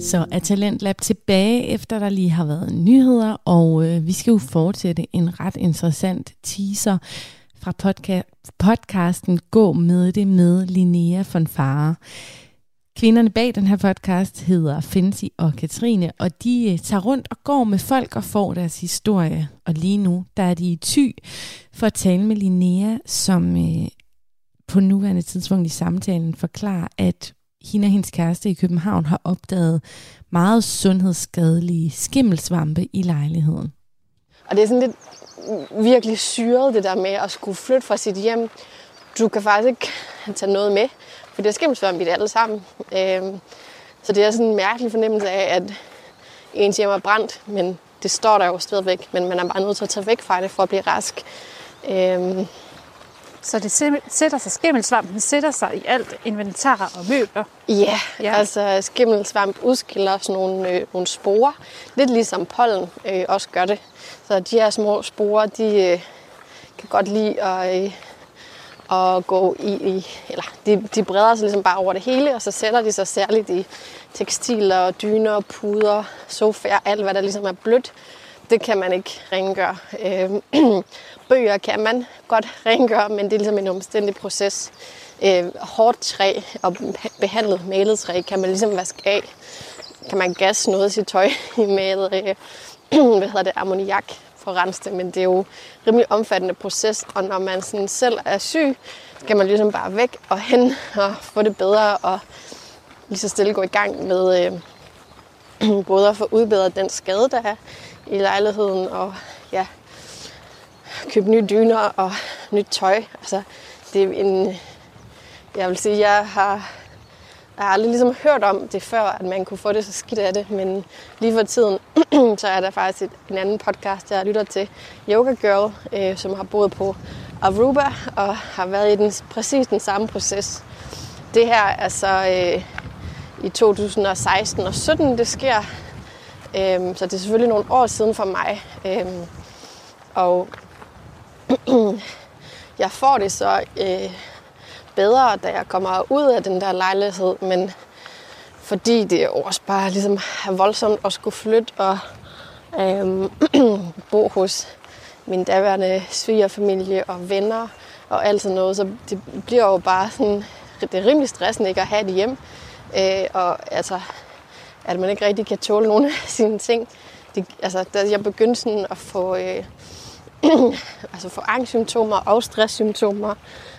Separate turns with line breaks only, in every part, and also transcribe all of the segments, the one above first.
Så er Talentlab tilbage, efter der lige har været nyheder, og vi skal jo fortsætte en ret interessant teaser fra podcasten Gå med det med Linnea von Farre. Kvinderne bag den her podcast hedder Fancy og Katrine, og de tager rundt og går med folk og får deres historie. Og lige nu, der er de i Thy for at tale med Linnea, som på nuværende tidspunkt i samtalen forklarer, at hende og hendes kæreste i København har opdaget meget sundhedsskadelige skimmelsvampe i lejligheden.
Og det er sådan lidt virkelig syret, det der med at skulle flytte fra sit hjem. Du kan faktisk ikke tage noget med, for det er skimmelsvamp i det alle sammen. Så det er sådan en mærkelig fornemmelse af, at ens hjem er brændt, men det står der jo stadigvæk, men man er bare nødt til at tage væk fra det for at blive rask.
Så det sætter sig, skimmelsvampen sætter sig i alt inventar og møbler?
Ja, altså skimmelsvamp udskiller også nogle sporer, lidt ligesom pollen også gør det. Så de her små sporer, de kan godt lide at gå eller de breder sig ligesom bare over det hele, og så sætter de sig særligt i tekstiler, dyner, puder, sofaer, alt hvad der ligesom er blødt. Det kan man ikke rengøre. Bøger kan man godt rengøre, men det er ligesom en omstændig proces. Hårdt træ og behandlet malet træ kan man ligesom vaske af. Kan man gasse noget af sit tøj med ammoniak for at rense det, men det er jo en rimelig omfattende proces, og når man sådan selv er syg, skal man ligesom bare væk og hen og få det bedre og lige så stille gå i gang med både at få udbedret den skade, der er i lejligheden, og købe nye dyner og nyt tøj. Altså, det er jeg vil sige, jeg har aldrig ligesom hørt om det før, at man kunne få det så skidt af det, men lige for tiden, så er der faktisk en anden podcast, jeg lytter til, Yoga Girl, som har boet på Aruba og har været i præcis den samme proces. Det her er så i 2016 og 17, det sker. Så det er selvfølgelig nogle år siden for mig. Og jeg får det så bedre, da jeg kommer ud af den der lejlighed, men fordi det også bare ligesom er voldsomt at skulle flytte og bo hos min daværende svigerfamilie og venner og alt sådan noget, så det bliver jo bare sådan, det er rimelig stressende ikke at have det hjem, og altså, at man ikke rigtig kan tåle nogle af sine ting. Da jeg begyndte sådan at få få angstsymptomer og stresssymptomer,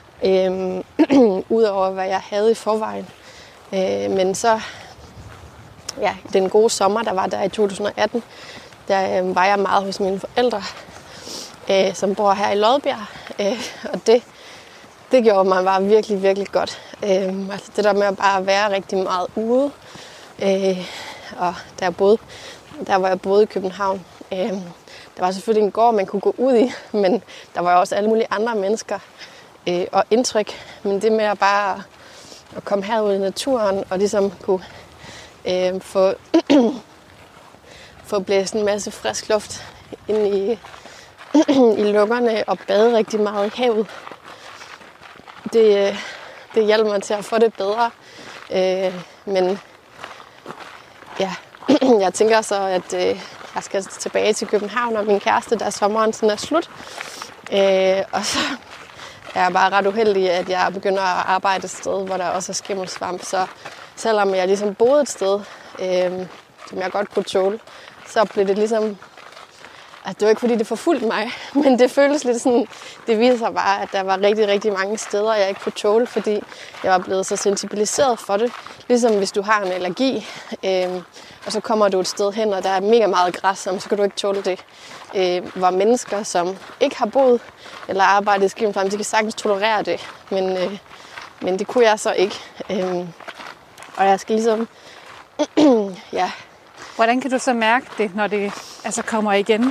udover hvad jeg havde i forvejen. Men så, den gode sommer, der var der i 2018, der var jeg meget hos mine forældre, som bor her i Lodbjerg. Og det gjorde mig bare virkelig, virkelig godt. Det der med at bare være rigtig meget ude. Og der hvor jeg boede i København, der var selvfølgelig en gård, man kunne gå ud i, men der var også alle mulige andre mennesker og indtryk. Men det med at bare at komme herud i naturen og ligesom kunne få blæst en masse frisk luft ind i lungerne og bade rigtig meget i havet, det hjalp mig til at få det bedre. Men ja, jeg tænker så, at jeg skal tilbage til København og min kæreste, da sommeren sådan er slut. Og så er jeg bare ret uheldig, at jeg begynder at arbejde et sted, hvor der også er skimmelsvamp. Så selvom jeg ligesom boede et sted, som jeg godt kunne tåle, så blev det ligesom... Det var ikke fordi, det forfulgte mig, men det føltes lidt sådan... Det viser sig bare, at der var rigtig, rigtig mange steder, jeg ikke kunne tåle, fordi jeg var blevet så sensibiliseret for det. Ligesom hvis du har en allergi, og så kommer du et sted hen, og der er mega meget græs, så kan du ikke tåle det. Hvor mennesker, som ikke har boet eller arbejdet i skimmelsvamp, de kan sagtens tolerere det, men det kunne jeg så ikke. Og jeg skal ligesom...
Hvordan kan du så mærke det, når det kommer igen?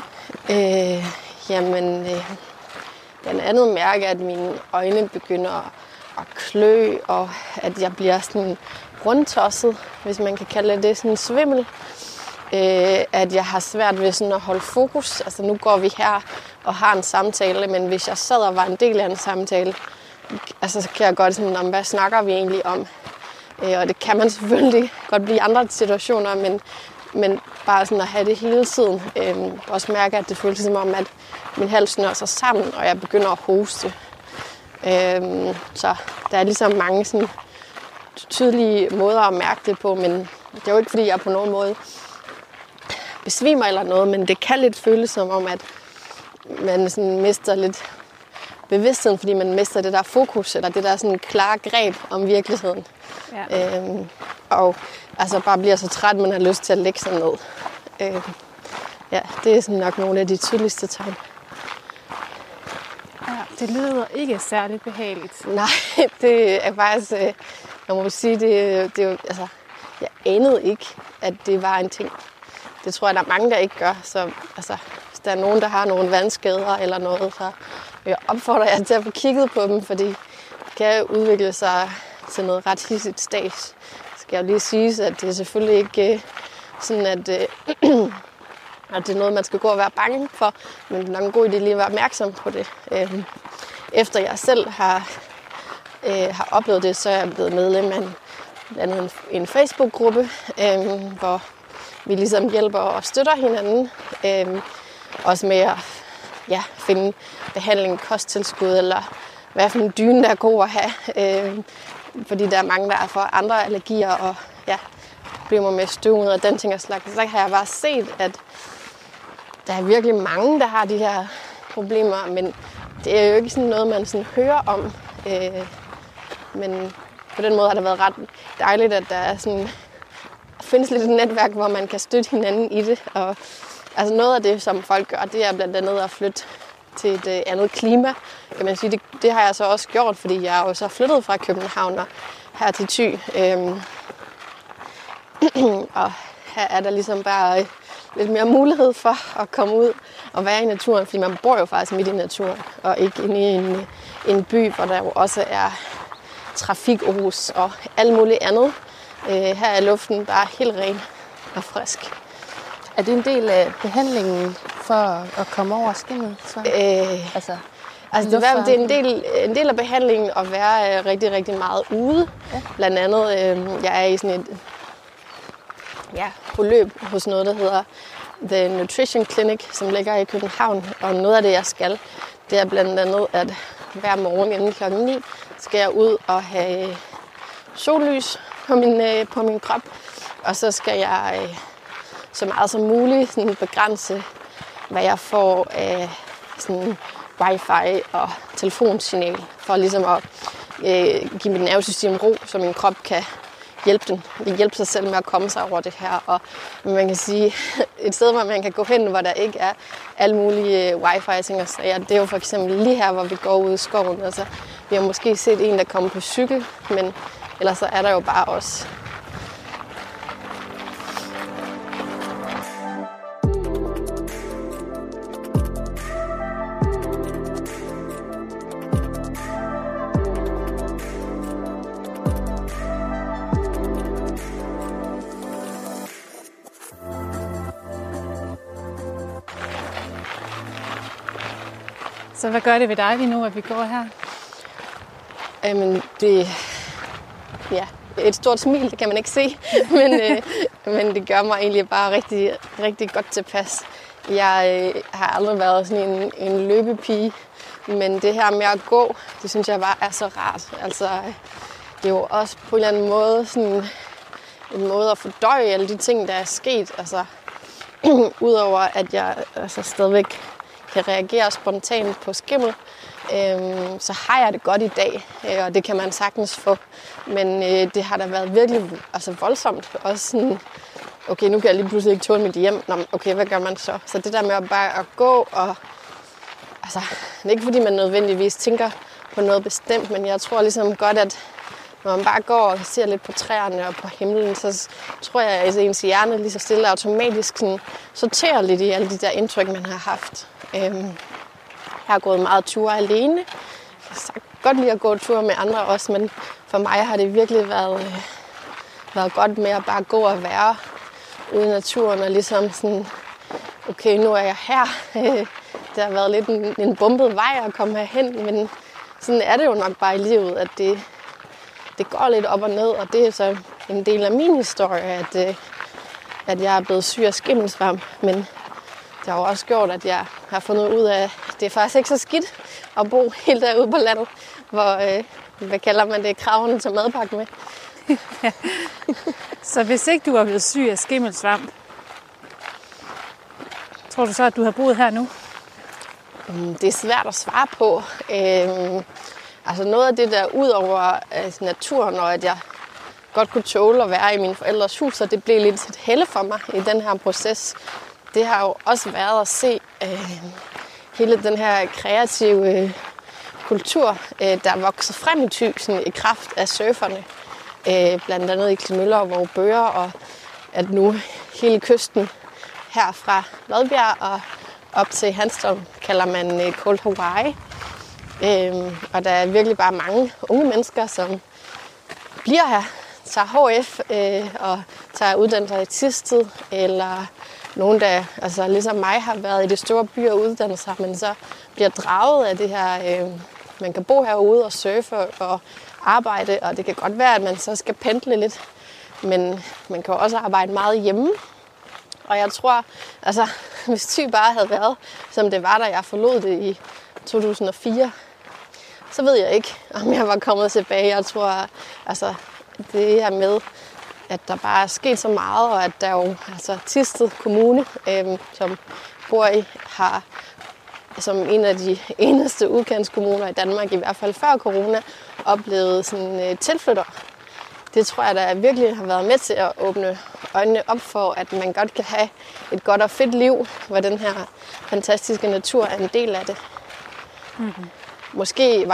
Blandt andet mærke, at mine øjne begynder at klø, og at jeg bliver sådan rundtosset, hvis man kan kalde det sådan svimmel. At jeg har svært ved sådan at holde fokus. Altså nu går vi her og har en samtale, men hvis jeg sad og var en del af en samtale, så kan jeg godt sådan, hvad snakker vi egentlig om? Og det kan man selvfølgelig godt blive i andre situationer, men bare sådan at have det hele tiden. Også mærke, at det føles som om, at min hals snører sig sammen, og jeg begynder at hoste. Så der er ligesom mange sådan tydelige måder at mærke det på, men det er jo ikke, fordi jeg på nogen måde besvimer eller noget, men det kan lidt føles som om, at man sådan mister lidt bevidstheden, fordi man mister det der fokus, eller det der sådan klare greb om virkeligheden. Ja. Og altså bare bliver så træt, man har lyst til at lægge sig ned. Ja, det er sådan nok nogle af de tydeligste tegn.
Ja, det lyder ikke særligt behageligt.
Nej, det er faktisk, jeg må sige, det er jo, altså, jeg anede ikke, at det var en ting. Det tror jeg, der er mange, der ikke gør. Så altså, hvis der er nogen, der har nogle vandskader eller noget, så opfordrer jeg til at få kigget på dem, fordi det kan udvikle sig til noget ret hissigt stats. Skal jeg jo lige sige, at det er selvfølgelig ikke sådan, at det er noget, man skal gå og være bange for, men det er nok en god idé lige at være opmærksom på det. Efter jeg selv har oplevet det, så er jeg blevet medlem af en Facebook-gruppe, hvor vi ligesom hjælper og støtter hinanden. Også med at finde behandling, kosttilskud, eller hvad for en dyne, der er god at have. Fordi der er mange, der er for andre allergier og problemer med støvmøder og den ting og slags. Så har jeg bare set, at der er virkelig mange, der har de her problemer, men det er jo ikke sådan noget, man sådan hører om. Men på den måde har det været ret dejligt, at der er sådan, findes lidt et netværk, hvor man kan støtte hinanden i det. Og altså noget af det, som folk gør, det er blandt andet at flytte til et andet klima. Kan man sige, det har jeg så også gjort, fordi jeg er jo så flyttet fra København og her til Thy. Og her er der ligesom bare lidt mere mulighed for at komme ud og være i naturen, fordi man bor jo faktisk midt i naturen, og ikke inde i en by, hvor der jo også er trafikorus og alt muligt andet. Her er luften bare helt ren og frisk.
Er det en del af behandlingen for at komme over skimmel?
Altså det er en del af behandlingen at være rigtig, rigtig meget ude. Ja. Blandt andet, jeg er i sådan et forløb hos noget, der hedder The Nutrition Clinic, som ligger i København. Og noget af det, jeg skal, det er blandt andet, at hver morgen inden klokken 9 skal jeg ud og have sollys på min krop. Og så skal jeg så meget som muligt sådan begrænse, hvad jeg får af sådan wifi og telefonsignal, for ligesom at give mit nervesystem ro, så min krop kan hjælpe sig selv med at komme sig over det her. Og man kan sige, et sted, hvor man kan gå hen, hvor der ikke er alle mulige wifi-ting og sager, det er jo for eksempel lige her, hvor vi går ud i skoven. Altså, vi har måske set en, der kommer på cykel, men ellers så er der jo bare os.
Så hvad gør det ved dig lige nu, at vi går her?
Jamen, det er et stort smil, det kan man ikke se, men det gør mig egentlig bare rigtig, rigtig godt tilpas. Jeg har aldrig været sådan en løbepige, men det her med at gå, det synes jeg bare er så rart. Altså, det er jo også på en eller anden måde sådan en måde at fordøje alle de ting, der er sket. Altså, udover at jeg stadigvæk kan reagere spontant på skimmel, så har jeg det godt i dag, og det kan man sagtens få. Men det har da været virkelig voldsomt. Også sådan, okay, nu kan jeg lige pludselig ikke tåle mit hjem. Nå, okay, hvad gør man så? Så det der med bare at gå, og altså, det er ikke fordi man nødvendigvis tænker på noget bestemt, men jeg tror ligesom godt, at når man bare går og ser lidt på træerne og på himlen, så tror jeg, at ens hjerne lige så stille automatisk sådan, sorterer lidt i alle de der indtryk, man har haft. Jeg har gået meget ture alene. Jeg kan godt lide at gå ture med andre også, men for mig har det virkelig været godt med at bare gå og være ude i naturen og ligesom sådan, okay, nu er jeg her. Det har været lidt en bumpet vej at komme herhen, men sådan er det jo nok bare i livet, at det det går lidt op og ned, og det er så en del af min historie, at jeg er blevet syg af skimmelsvamp, men det har jo også gjort, at jeg har fundet ud af, at det er faktisk ikke så skidt at bo helt derude på landet, hvor, hvad kalder man det, kravene til madpakke med.
Ja. Så hvis ikke du var blevet syg af skimmelsvamp, tror du så, at du har boet her nu?
Det er svært at svare på. Altså noget af det der ud over naturen, og at jeg godt kunne tåle at være i mine forældres hus, og det blev lidt et helle for mig i den her proces. Det har jo også været at se hele den her kreative kultur, der er vokset frem i Thy i kraft af surferne. Blandt andet i Klimøller og Vorupør, og at nu hele kysten her fra Lodbjerg og op til Hanstholm kalder man Cold Hawaii. Og der er virkelig bare mange unge mennesker, som bliver her, tager HF og tager uddannelser i Thisted, eller nogen, der altså, ligesom mig har været i de store byer og uddannet sig, men så bliver draget af det her. Man kan bo herude og surfe og arbejde, og det kan godt være, at man så skal pendle lidt, men man kan også arbejde meget hjemme. Og jeg tror, altså, hvis Thy bare havde været, som det var, da jeg forlod det i 2004, så ved jeg ikke, om jeg var kommet tilbage. Jeg tror, altså, det her med, at der bare er sket så meget, og at der jo, altså Thisted Kommune, som bor i, har som en af de eneste udkantskommuner i Danmark, i hvert fald før corona, oplevet sådan tilflytter. Det tror jeg, der virkelig har været med til at åbne øjnene op for, at man godt kan have et godt og fedt liv, hvor den her fantastiske natur er en del af det. Mm-hmm. Måske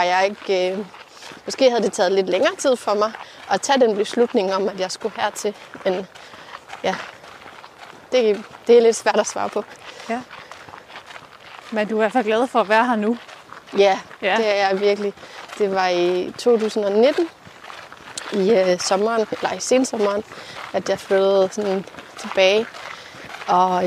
havde det taget lidt længere tid for mig at tage den beslutning om, at jeg skulle hertil. Men ja, det er lidt svært at svare på.
Ja. Men du er i hvert fald glad for at være her nu?
Ja, det er jeg virkelig. Det var i 2019, i sensommeren, at jeg flyttede sådan tilbage. Og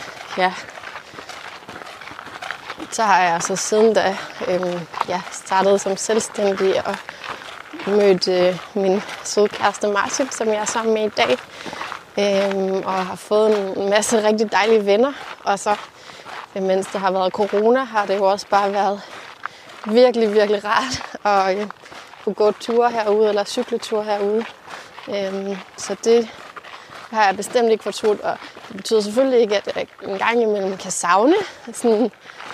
så har jeg altså siden da startet som selvstændig og mødt min søde kæreste Martin, som jeg er sammen med i dag. Og har fået en masse rigtig dejlige venner. Og så, mens der har været corona, har det jo også bare været virkelig, virkelig rart at kunne gå ture herude, eller cykleture herude. Så det har jeg bestemt ikke fortrudt, og det betyder selvfølgelig ikke, at jeg en gang imellem kan savne sådan,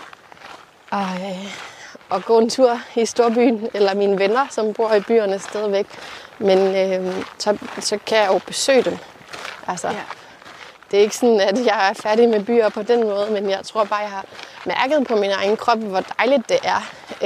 at gå en tur i storbyen, eller mine venner, som bor i byerne stadigvæk. Men så kan jeg jo besøge dem. Altså, det er ikke sådan, at jeg er færdig med byer på den måde, men jeg tror bare, jeg har mærket på min egen krop, hvor dejligt det er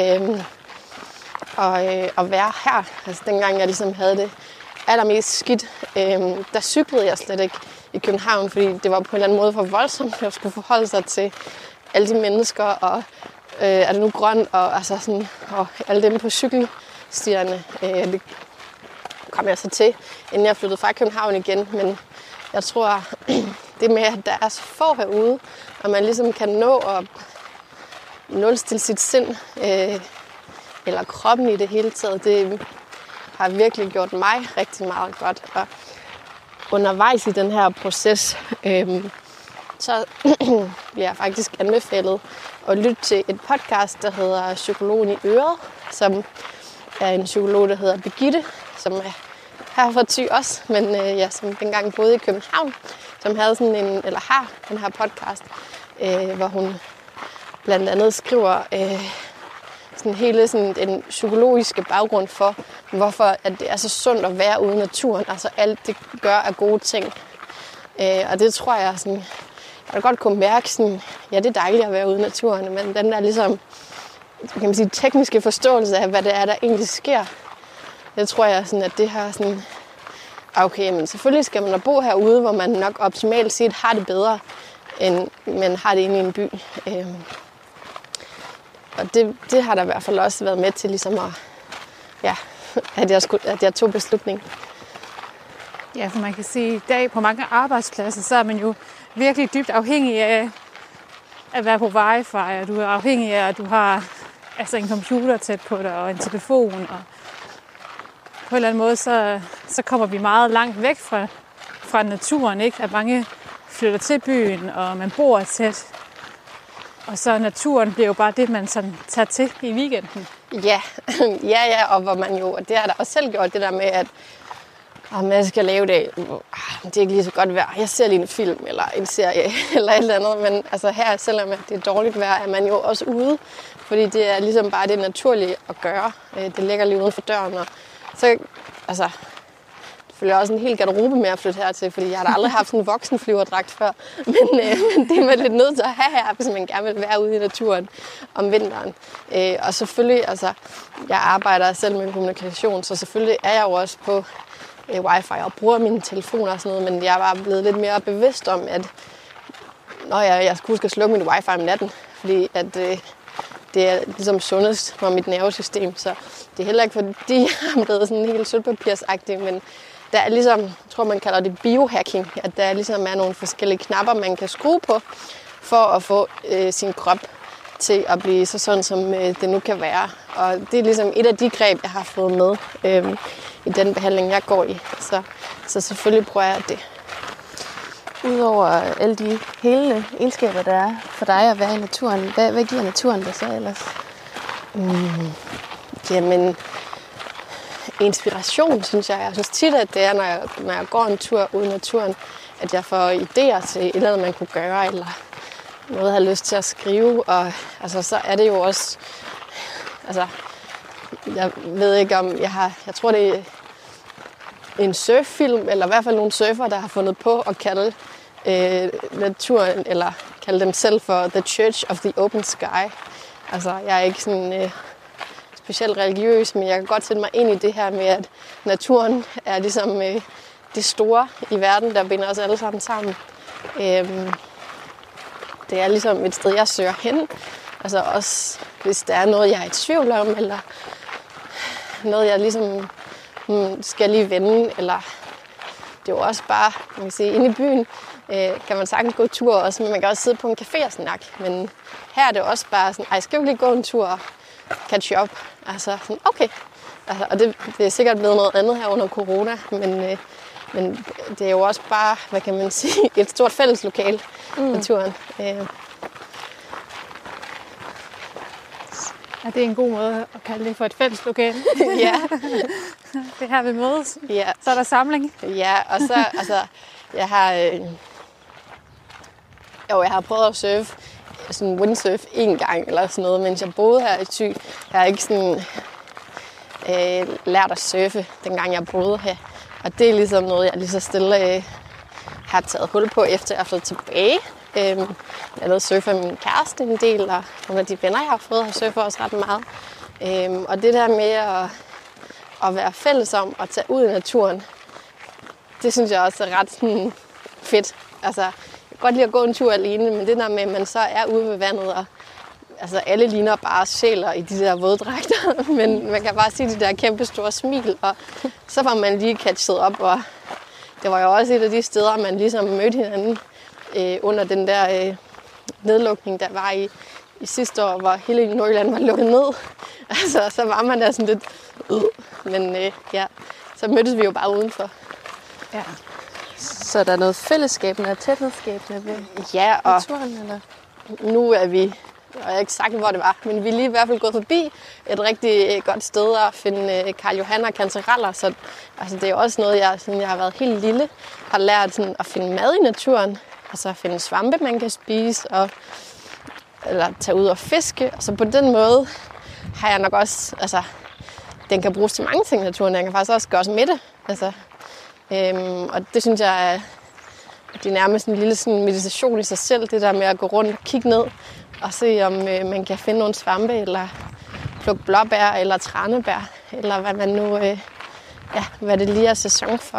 at være her. Altså dengang jeg ligesom havde det allermest skidt, der cyklede jeg slet ikke i København, fordi det var på en eller anden måde for voldsomt, at jeg skulle forholde sig til alle de mennesker, og er det nu grønt, og, altså sådan, og alle dem på cykelstierne. Det kom jeg så til, inden jeg flyttede fra København igen, men jeg tror, det med, at der er så få herude, og man ligesom kan nå at nulstille sit sind, eller kroppen i det hele taget, det har virkelig gjort mig rigtig meget godt. Og undervejs i den her proces, så bliver jeg faktisk anbefalet at lytte til et podcast, der hedder Psykologen i Øret, som er en psykolog, der hedder Birgitte, som er her fra Thy også, men som dengang boede i København, som havde sådan har den her podcast, hvor hun blandt andet skriver sådan hele sådan den psykologiske baggrund for, hvorfor at det er så sundt at være ude i naturen. Altså alt det gør af gode ting. Og det tror jeg sådan, jeg godt kunne mærke sådan, ja, det er dejligt at være ude i naturen, men den der ligesom, kan man sige, tekniske forståelse af, hvad det er, der egentlig sker, det tror jeg sådan, at det har sådan, okay, men selvfølgelig skal man da bo herude, hvor man nok optimalt set har det bedre, end man har det inde i en by. Og det har der i hvert fald også været med til, ligesom at jeg tog beslutning.
Ja, for man kan sige, at i dag på mange arbejdspladser, så er man jo virkelig dybt afhængig af at være på wifi, og du er afhængig af, at du har altså en computer tæt på dig, og en telefon, og på en eller anden måde, så kommer vi meget langt væk fra naturen, ikke? At mange flytter til byen, og man bor tæt. Og så naturen bliver jo bare det, man sådan tager til i weekenden.
Ja, og hvor man jo, og det har der også selv gjort, det der med, at jeg skal lave det, det er ikke lige så godt vejr. Jeg ser lige en film eller en serie eller et eller andet, men altså her, selvom det er dårligt vejr, er man jo også ude, fordi det er ligesom bare det naturlige at gøre. Det ligger lige uden for døren, og så, altså, det følger også en hel garderobe med at flytte hertil, fordi jeg har da aldrig haft sådan en voksenflyverdragt før, men det er man lidt nødt til at have her, hvis man gerne vil være ude i naturen om vinteren. Og selvfølgelig, altså, jeg arbejder selv med kommunikation, så selvfølgelig er jeg jo også på wifi og bruger mine telefoner og sådan noget, men jeg er bare blevet lidt mere bevidst om, at jeg skal huske at slukke mit wifi om natten, fordi at det er ligesom sundest for mit nervesystem, så det er heller ikke fordi, jeg er blevet sådan helt sølvpapirsagtig, men der er ligesom, jeg tror man kalder det biohacking, at der ligesom er nogle forskellige knapper, man kan skrue på, for at få sin krop til at blive så sådan, som det nu kan være. Og det er ligesom et af de greb, jeg har fået med i den behandling, jeg går i. Så selvfølgelig prøver jeg det.
Udover alle de hele egenskaber, der er for dig at være i naturen, hvad giver naturen dig så ellers?
Jamen, inspiration, synes jeg. Jeg synes tit, at det er, når jeg går en tur ude i naturen, at jeg får idéer til et eller andet, man kunne gøre, eller noget, jeg har lyst til at skrive. Og altså, så er det jo også... Altså, jeg ved ikke om... Jeg tror, det er en surffilm, eller i hvert fald nogle surfer, der har fundet på at kalde naturen, eller kalde dem selv for The Church of the Open Sky. Altså, jeg er ikke sådan specielt religiøs, men jeg kan godt sætte mig ind i det her med, at naturen er ligesom det store i verden, der binder os alle sammen. Det er ligesom et sted, jeg søger hen. Altså også, hvis der er noget, jeg er i tvivl om, eller noget, jeg ligesom skal lige vende, eller det er jo også bare, man kan sige, inde i byen kan man sagtens gå tur også, men man kan også sidde på en café og snakke. Men her er det også bare sådan, skal vi lige gå en tur og catch up? Altså sådan, okay. Altså, og det er sikkert blevet noget andet her under corona, men det er jo også bare, hvad kan man sige, et stort fælleslokale, naturen.
Ja, det er en god måde at kalde det for et fælleslokale.
Ja.
Det her vi mødes.
Ja.
Så er der samling.
Ja, og så, altså, jeg har prøvet at surfe, sådan windsurf en gang eller sådan noget, mens jeg boede her i Thy. Jeg har ikke sådan lært at surfe, dengang jeg boede her. Og det er ligesom noget, jeg lige så stille har taget hul på, efter jeg er flyttet tilbage. Jeg har surfer min kæreste en del, og nogle af de venner, jeg har fået, har surfer også ret meget. Og det der med at være fælles om at tage ud i naturen, det synes jeg også er ret sådan, fedt. Altså, jeg kan godt lide at gå en tur alene, men det der med, at man så er ude ved vandet, og altså, alle ligner bare sjæler i de der våddragter, men man kan bare se de der kæmpe store smil, og så var man lige catchet op, og det var jo også et af de steder, man ligesom mødte hinanden under den der nedlukning, der var i sidste år, hvor hele Nordjylland var lukket ned. Altså, så var man der sådan lidt men så mødtes vi jo bare udenfor.
Ja. Så der er noget fællesskabende og tæthedsskabende ved naturen, eller?
Nu er vi, og jeg har ikke sagt, hvor det var, men vi er lige i hvert fald gået forbi et rigtig godt sted at finde Karl Johan og kantareller. Så altså, det er jo også noget, siden jeg har været helt lille, har lært sådan, at finde mad i naturen. Altså at finde svampe, man kan spise, eller tage ud og fiske. Og så på den måde har jeg nok også, altså, den kan bruges til mange ting i naturen. Den kan faktisk også gøre os mætte. Altså, og det synes jeg det er nærmest en lille sådan, meditation i sig selv, det der med at gå rundt og kigge ned og se, om man kan finde nogle svampe, eller plukke blåbær, eller tranebær, eller hvad man nu, hvad det lige er sæson for.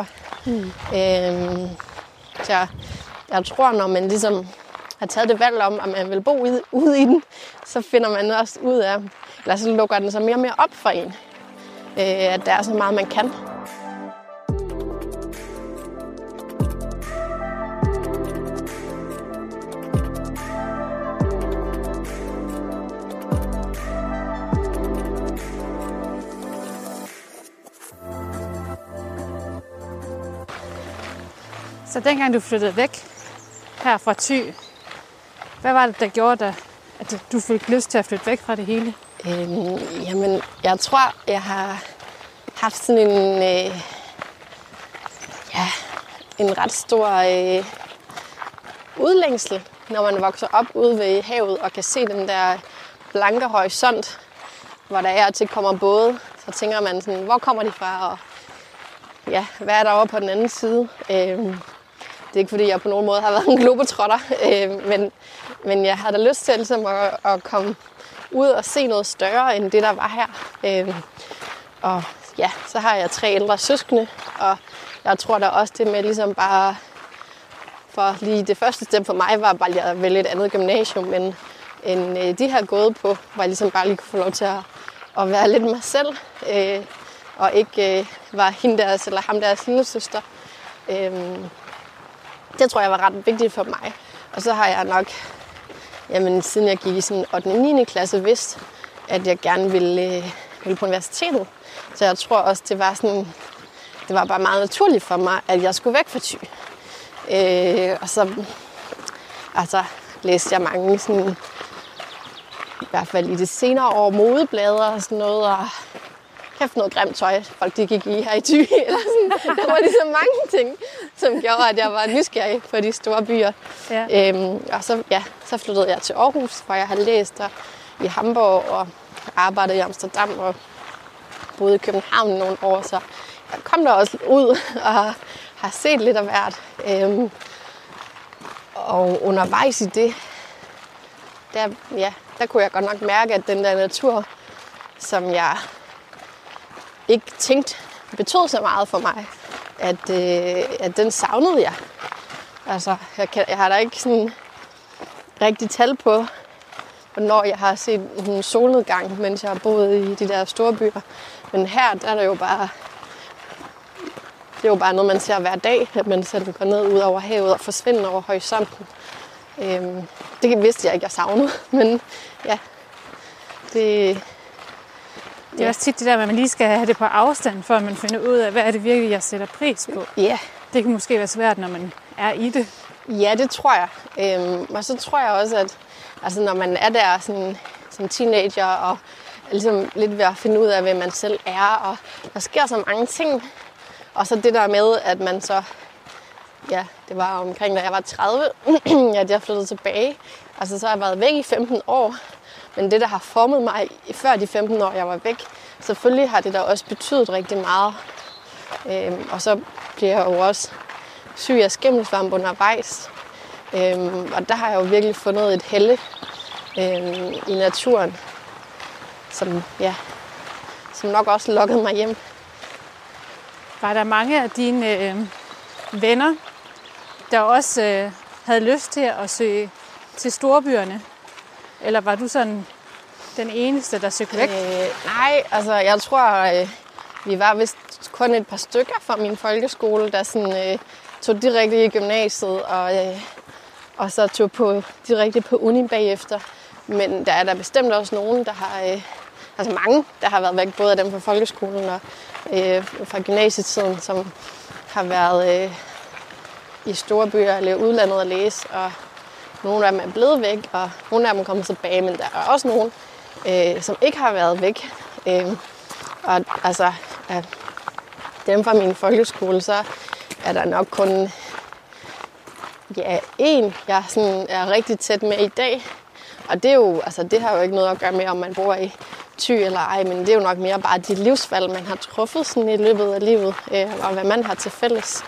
Så jeg tror, når man ligesom har taget det valg om, at man vil bo ude i den, så finder man også ud af, eller så lukker den sig mere og mere op for en, at der er så meget, man kan.
Så dengang du flyttede væk her fra Thy, hvad var det, der gjorde, at du fik lyst til at flytte væk fra det hele?
Jamen, jeg tror, jeg har haft sådan en ret stor udlængsel, når man vokser op ude ved havet og kan se den der blanke horisont, hvor der er til kommer både. Så tænker man sådan, hvor kommer de fra, og ja, hvad er der over på den anden side? Det er ikke fordi, jeg på nogen måde har været en globetrotter, men jeg havde da lyst til ligesom at komme ud og se noget større end det, der var her. Og ja, så har jeg 3 ældre søskende, og jeg tror da også det med ligesom bare, for lige det første step for mig var bare at vælge et andet gymnasium, end de har gået på, hvor jeg ligesom bare lige kunne få lov til at være lidt mig selv, og ikke var hende deres eller ham deres lillesøster. Det tror jeg var ret vigtigt for mig. Og så har jeg nok, siden jeg gik i sådan 8. og 9. klasse, vidst, at jeg gerne ville på universitetet. Så jeg tror også, det var bare meget naturligt for mig, at jeg skulle væk fra Thy. Og så læste jeg mange sådan, i hvert fald i det senere år, modeblade og sådan noget, og kæft noget grimt tøj, folk de gik i her i Thy. Eller sådan. Der var ligesom mange ting, som gjorde, at jeg var nysgerrig på de store byer. Ja. Og så flyttede jeg til Aarhus, hvor jeg har læst der i Hamburg og arbejdet i Amsterdam og boede i København nogle år. Så jeg kom der også ud og har set lidt af hvert. Og undervejs i det, der kunne jeg godt nok mærke, at den der natur, som jeg ikke tænkte betød så meget for mig, at den savnede jeg. Altså, jeg har da ikke sådan rigtig tal på, hvornår jeg har set en solnedgang, mens jeg har boet i de der store byer. Men her, der er det jo bare... Det er jo bare noget, man ser hver dag, at man selv går ned ud over havet og forsvinder over horisonten. Det vidste jeg ikke, jeg savnede, men ja, det
er også tit det der, at man lige skal have det på afstand, før man finder ud af, hvad er det virkelig, jeg sætter pris på.
Ja.
Det kan måske være svært, når man er i det.
Ja, det tror jeg. Og så tror jeg også, at altså, når man er der sådan, som teenager og ligesom lidt ved at finde ud af, hvem man selv er, og der sker så mange ting. Og så det der med, at man så, ja, det var omkring, da jeg var 30, at jeg flyttede tilbage. Altså så har jeg været væk i 15 år. Men det, der har formet mig før de 15 år, jeg var væk, selvfølgelig har det da også betydet rigtig meget. Og så bliver jeg jo også syg af skimmelsvamp undervejs. Og der har jeg jo virkelig fundet et helle i naturen, som nok også lokkede mig hjem.
Var der mange af dine venner, der også havde lyst til at søge til storbyerne? Eller var du sådan den eneste, der søgte væk?
Nej, altså jeg tror, vi var vist kun et par stykker fra min folkeskole, der sådan, tog direkte i gymnasiet og så tog direkte på uni bagefter. Men der er der bestemt også nogen, der har... Altså mange, der har været væk, både af dem fra folkeskolen og fra gymnasietiden, som har været i store byer eller udlandet at læse, og nogle af dem er blevet væk, og nogle af dem er kommet tilbage, men der er også nogen, som ikke har været væk. Og altså, dem fra min folkeskole, så er der nok kun en, jeg sådan er rigtig tæt med i dag. Og det er jo, altså det har jo ikke noget at gøre med, om man bor i Thy eller ej, men det er jo nok mere bare de livsvalg, man har truffet sådan i løbet af livet, og hvad man har til fælles.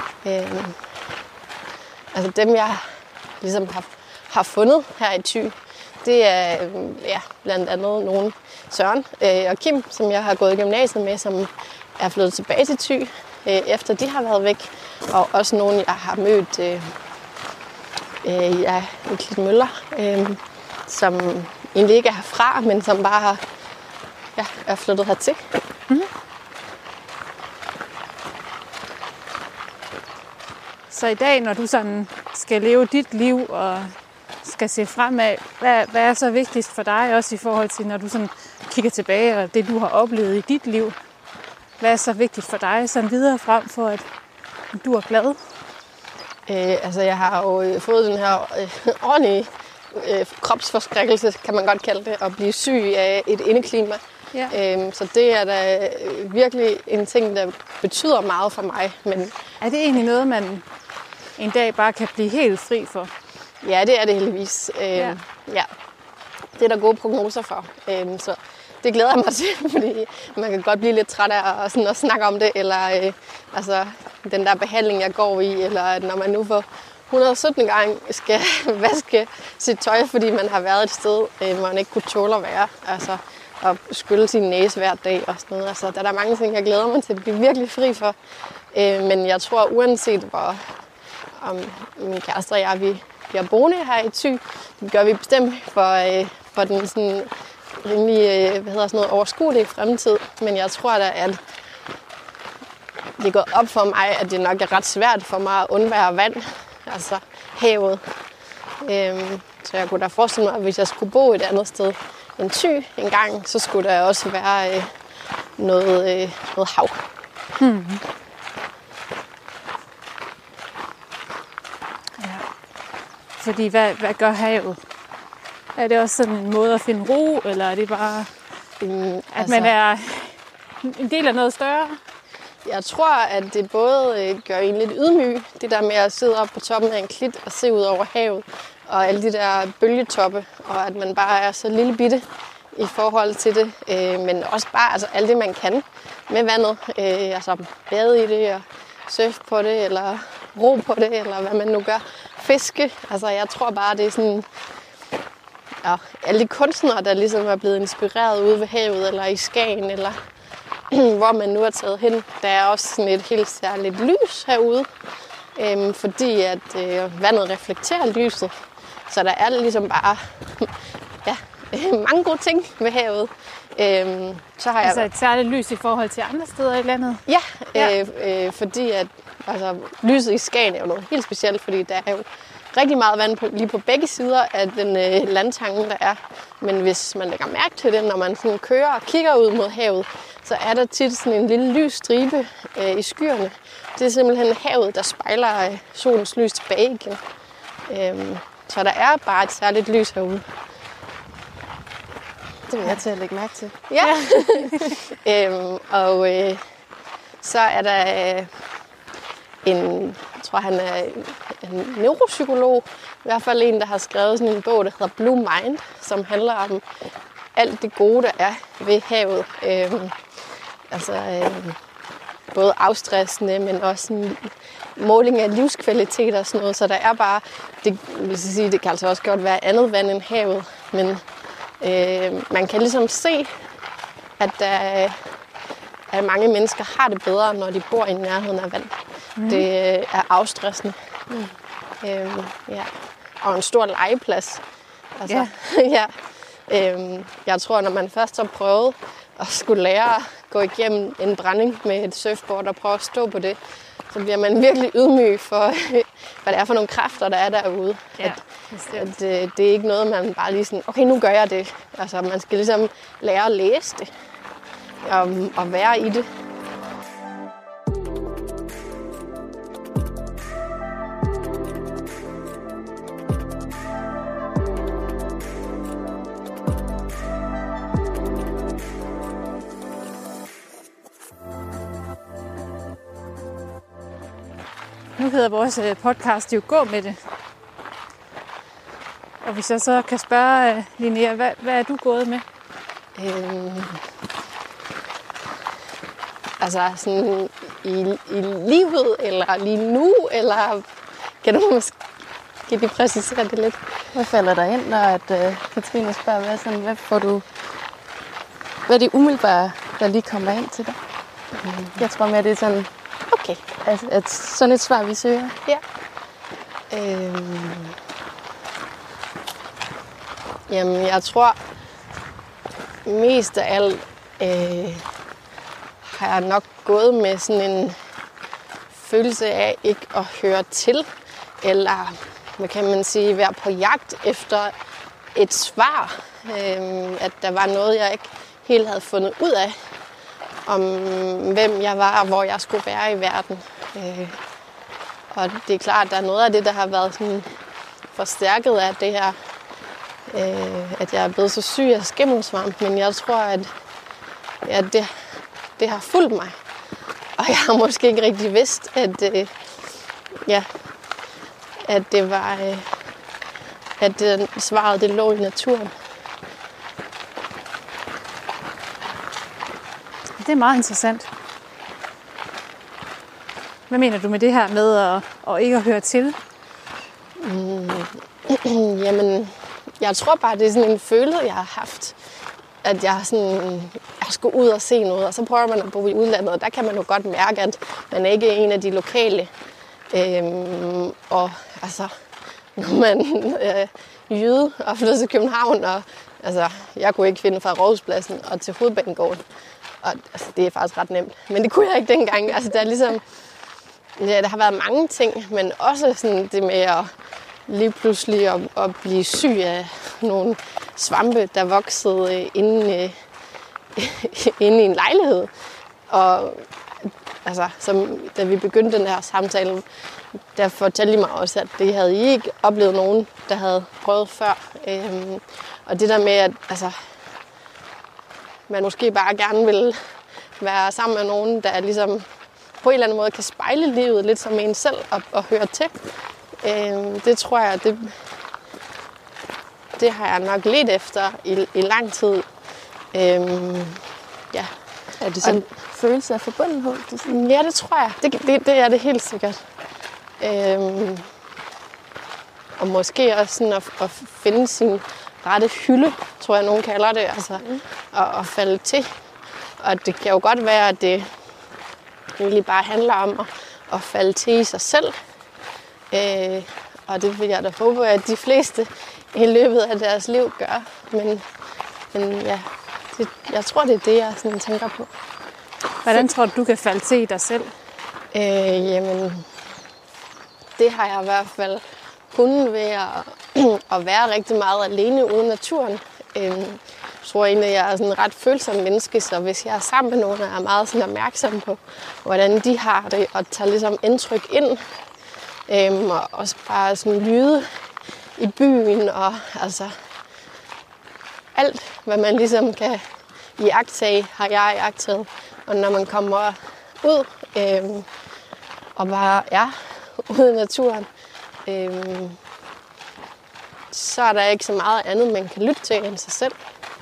Altså dem, jeg ligesom har fundet her i Thy, det er blandt andet nogen Søren og Kim, som jeg har gået i gymnasiet med, som er flyttet tilbage til Thy, efter de har været væk, og også nogen, jeg har mødt i Klitmøller, som egentlig ikke er herfra, men som bare er flyttet hertil. Mm-hmm.
Så i dag, når du sådan skal leve dit liv og skal se fremad, hvad er så vigtigst for dig også i forhold til, når du sådan kigger tilbage og det, du har oplevet i dit liv? Hvad er så vigtigt for dig sådan videre frem for, at du er glad?
Altså, jeg har jo fået den her ordentlige kropsforskrækkelse, kan man godt kalde det, at blive syg af et indeklima.
Ja.
Så det er da virkelig en ting, der betyder meget for mig. Men
Er det egentlig noget, man en dag bare kan blive helt fri for?
ja, det er det heldigvis. Ja. Det er der gode prognoser for. Så det glæder jeg mig til, fordi man kan godt blive lidt træt af at snakke om det, eller altså, den der behandling, jeg går i, eller at når man nu for 117 gang skal vaske sit tøj, fordi man har været et sted, hvor man ikke kunne tåle at være. Altså, og skylle sin næse hver dag og sådan noget. Altså, der er der mange ting, jeg glæder mig til at blive virkelig fri for. Men jeg tror, uanset om min kæreste og jeg, vi bliver boende her i Thy, det gør vi bestemt for den sådan rimelig overskuelige fremtid. Men jeg tror da, at det er gået op for mig, at det nok er ret svært for mig at undvære vand, altså havet. Så jeg kunne da forestille mig, at hvis jeg skulle bo et andet sted end Thy en gang, så skulle der også være noget hav.
Ja. Fordi hvad gør havet? Er det også sådan en måde at finde ro, eller er det bare, at man er en del af noget større?
Jeg tror, at det både gør en lidt ydmyg, det der med at sidde oppe på toppen af en klit og se ud over havet, og alle de der bølgetoppe, og at man bare er så lille bitte i forhold til det. Men også bare altså, alt det, man kan med vandet. Altså bade i det, og surfe på det, eller ro på det, eller hvad man nu gør. Fiske. Altså jeg tror bare, det er sådan... Ja, alle de kunstnere, der ligesom er blevet inspireret ude ved havet, eller i Skagen, eller hvor man nu er taget hen. Der er også sådan et helt særligt lys herude, fordi at vandet reflekterer lyset. Så der er ligesom bare mange gode ting ved havet. Så har
Altså et særligt lys i forhold til andre steder i landet?
Ja, fordi at altså, lyset i Skagen er jo noget helt specielt, fordi der er jo rigtig meget vand lige på begge sider af den landtange, der er. Men hvis man lægger mærke til det, når man sådan kører og kigger ud mod havet, så er der tit sådan en lille lys stribe i skyerne. Det er simpelthen havet, der spejler solens lys tilbage igen. Så der er bare et særligt lys herude.
Det vil jeg til at lægge mærke til.
Ja. Så er der jeg tror han er en neuropsykolog, i hvert fald en, der har skrevet sådan en bog, der hedder Blue Mind, som handler om alt det gode, der er ved havet. Både afstressende, men også en måling af livskvalitet og sådan noget. Så der er bare, det kan altså også godt være andet vand end havet, men man kan ligesom se, at at mange mennesker har det bedre, når de bor i nærheden af vand. Det er afstressende. Og en stor legeplads. Altså, jeg tror, når man først har prøvet at skulle lære at gå igennem en brænding med et surfboard og prøve at stå på det, så bliver man virkelig ydmyg for, hvad det er for nogle kræfter, der er derude.
Ja,
at det er ikke noget, man bare lige sådan, okay, nu gør jeg det. Altså, man skal ligesom lære at læse det og være i det.
Nu hedder vores podcast jo Gå med det. Og hvis jeg så kan spørge Linnea, hvad er du gået med?
Altså sådan i livet, eller lige nu, eller kan du måske lige præcisere det lidt?
Hvad falder der ind, når Katrine spørger, hvad er det umiddelbare, der lige kommer ind til dig? Jeg tror mere, det er sådan,
Okay.
altså, at sådan et svar, vi søger.
Ja. Jamen, jeg tror mest af alt har jeg nok gået med sådan en følelse af ikke at høre til, eller hvad kan man sige, være på jagt efter et svar. At der var noget, jeg ikke helt havde fundet ud af, om hvem jeg var og hvor jeg skulle være i verden. Og det er klart, at der er noget af det, der har været sådan forstærket af det her, at jeg er blevet så syg af skimmelsvamp, men jeg tror, at det har fulgt mig. Og jeg har måske ikke rigtig vidst, at det var, at svaret det lå i naturen.
Det er meget interessant. Hvad mener du med det her med at ikke at høre til?
Jamen, jeg tror bare, det er sådan en følelse, jeg har haft. At jeg skulle ud og se noget, og så prøver man at bo i udlandet, og der kan man jo godt mærke, at man ikke er en af de lokale. Og altså, når man jyde og flyttede til København, og altså, jeg kunne ikke finde fra Rådhuspladsen og til Hovedbanegården. Og altså, det er faktisk ret nemt, men det kunne jeg ikke dengang. Altså, der er ligesom, ja, der har været mange ting, men også sådan det med at lige pludselig at blive syg af nogle svampe, der voksede inde i en lejlighed. Og altså, da vi begyndte den her samtale, der fortalte de mig også, at det havde I ikke oplevet nogen, der havde prøvet før. Og det der med, at altså, man måske bare gerne vil være sammen med nogen, der ligesom på en eller anden måde kan spejle livet lidt som en selv og høre til. Det tror jeg, det har jeg nok let efter i lang tid. Ja.
Er det sådan en følelse af forbundenhed?
Ja, det tror jeg. Det er det helt sikkert. Og måske også sådan at finde sin rette hylde, tror jeg, nogen kalder det. Altså at falde til. Og det kan jo godt være, at det egentlig bare handler om at falde til i sig selv. Og det vil jeg da håbe, at de fleste i løbet af deres liv gør. Men ja, jeg tror, det er det, jeg sådan tænker på.
Hvordan tror du kan falde til i dig selv?
Jamen, det har jeg i hvert fald kunnet ved at være rigtig meget alene uden naturen. Jeg tror egentlig, jeg er sådan en ret følsom menneske, så hvis jeg er sammen med nogen, er jeg meget sådan opmærksom på, hvordan de har det, og tager ligesom indtryk ind. Og også bare sådan lyde i byen, og altså alt, hvad man ligesom kan iagttage, har jeg iagttaget. Og når man kommer ud og bare er ude i naturen, så er der ikke så meget andet, man kan lytte til end sig selv.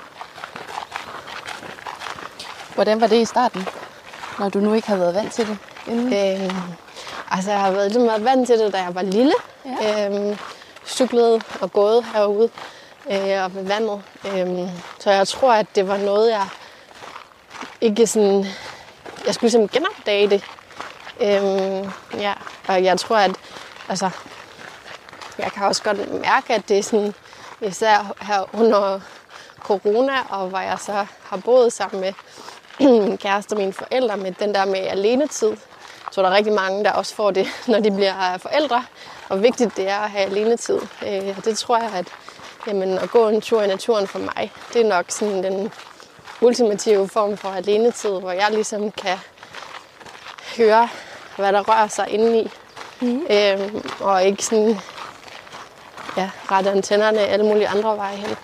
Hvordan var det i starten, når du nu ikke havde været vant til det inden?
Altså, jeg har været lidt meget vant til det, da jeg var lille. Ja. Cyklede og gået herude og ved vandet. Så jeg tror, at det var noget, jeg ikke sådan... Jeg skulle simpelthen genopdage det. Ja, og jeg tror, at altså, jeg kan også godt mærke, at det er sådan, især her under corona, og hvor jeg så har boet sammen med min kæreste og mine forældre, med den der med alenetid. Jeg tror, der er rigtig mange, der også får det, når de bliver forældre. Og vigtigt det er at have alenetid. Og det tror jeg, at jamen, at gå en tur i naturen for mig, det er nok sådan den ultimative form for alenetid, hvor jeg ligesom kan høre, hvad der rører sig indeni. Og ikke sådan rette antennerne alle mulige andre veje hen.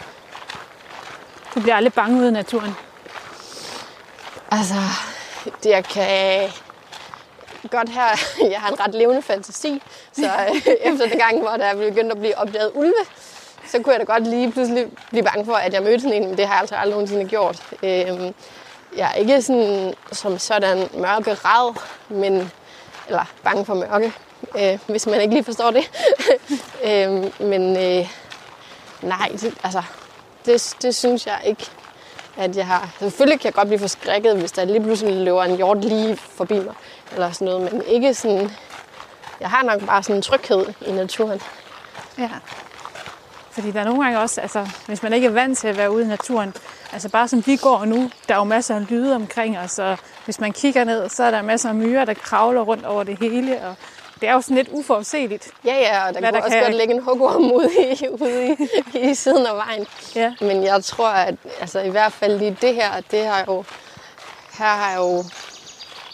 Du bliver aldrig bange ude i naturen?
Altså, jeg kan godt her, jeg har en ret levende fantasi, så efter den gang, hvor der begyndte at blive opdaget ulve, så kunne jeg da godt lige pludselig blive bange for, at jeg mødte sådan en, men det har jeg altså aldrig nogensinde gjort. Jeg er ikke sådan, som sådan mørkerad, eller bange for mørke, hvis man ikke lige forstår det. Nej, det synes jeg ikke, at jeg har. Selvfølgelig kan jeg godt blive forskrækket, hvis der lige pludselig løber en hjort lige forbi mig, eller sådan noget, men ikke sådan. Jeg har nok bare sådan en tryghed i naturen.
Ja. Fordi der er nogle gange også, altså, hvis man ikke er vant til at være ude i naturen, altså bare som vi går nu, der er jo masser af lyde omkring os, og hvis man kigger ned, så er der masser af myrer, der kravler rundt over det hele, og det er jo sådan lidt uforudsigeligt.
Ja, og der kan også godt ligge en hugorm ude i siden af vejen.
Ja.
Men jeg tror, at altså, i hvert fald lige det her, her har jeg jo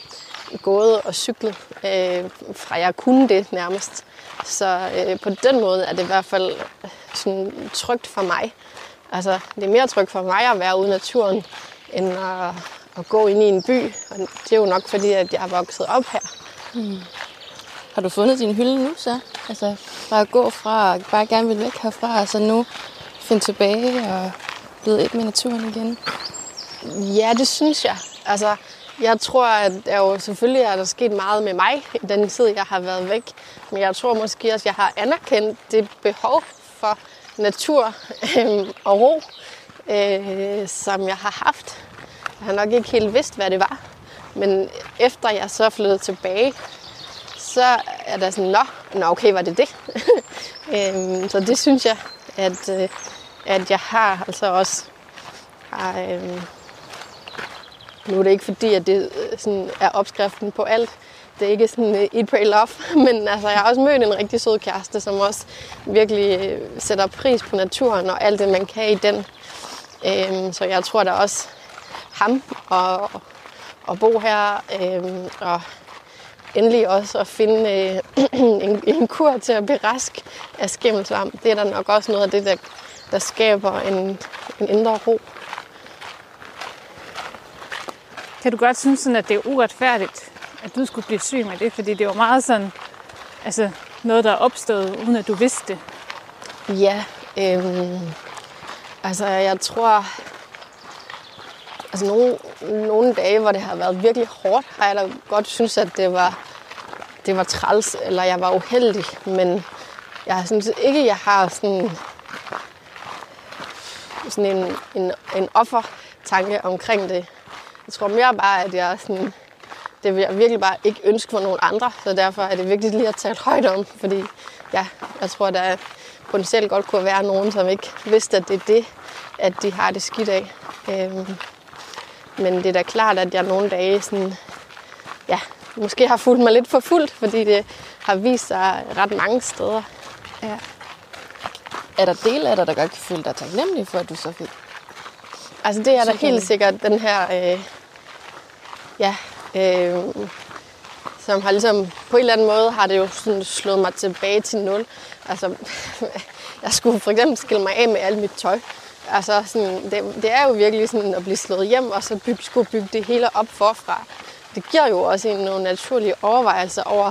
gået og cyklet, fra jeg kunne det nærmest. Så på den måde er det i hvert fald sådan trygt for mig. Altså, det er mere trygt for mig at være ude i naturen, end at gå ind i en by. Og det er jo nok fordi, at jeg er vokset op her.
Har du fundet din hylde nu så? Altså fra at gå fra at bare gerne vil væk herfra, og så nu finde tilbage og blive et med naturen igen?
Ja, det synes jeg. Altså, jeg tror, at selvfølgelig er der sket meget med mig i den tid, jeg har været væk. Men jeg tror måske også, at jeg har anerkendt det behov for natur og ro, som jeg har haft. Jeg har nok ikke helt vidst, hvad det var. Men efter jeg så flyttede tilbage, så er der sådan, nå okay, var det det? Så det synes jeg, at jeg har altså også har, nu er det ikke fordi, at det sådan er opskriften på alt. Det er ikke sådan eat, pray, love. Men altså, jeg har også mødt en rigtig sød kæreste, som også virkelig sætter pris på naturen og alt det, man kan i den. Så jeg tror da også ham og bo her og endelig også at finde en kur til at blive rask af skimmelsvamp. Det er der nok også noget af det, der skaber en indre ro.
Kan du godt synes, sådan, at det er uretfærdigt, at du skulle blive syg med det? Fordi det var meget sådan, altså noget, der er opstået, uden at du vidste det.
Ja, altså jeg tror, altså nogle dage, hvor det har været virkelig hårdt, har jeg da godt synes, at det var træls, eller jeg var uheldig. Men jeg synes ikke, jeg har sådan en offertanke omkring det. Jeg tror mere bare, at det vil jeg virkelig bare ikke ønske for nogen andre, så derfor er det vigtigt lige at tale højt om, fordi ja, jeg tror, der potentielt godt kunne være nogen, som ikke vidste, at det er det, at de har det skidt af. Men det er da klart, at jeg nogle dage sådan, ja, måske har fulgt mig lidt for fuldt, fordi det har vist sig ret mange steder.
Ja. Er der dele af dig, der godt kan føle dig taknemmelig for, at du så fik?
Altså det er da helt sikkert den her, som har ligesom, på en eller anden måde har det jo sådan slået mig tilbage til 0. Altså, jeg skulle for eksempel skille mig af med alt mit tøj. Altså sådan, det er jo virkelig sådan at blive slået hjem, og så skulle bygge det hele op forfra. Det giver jo også nogle naturlige overvejelser over,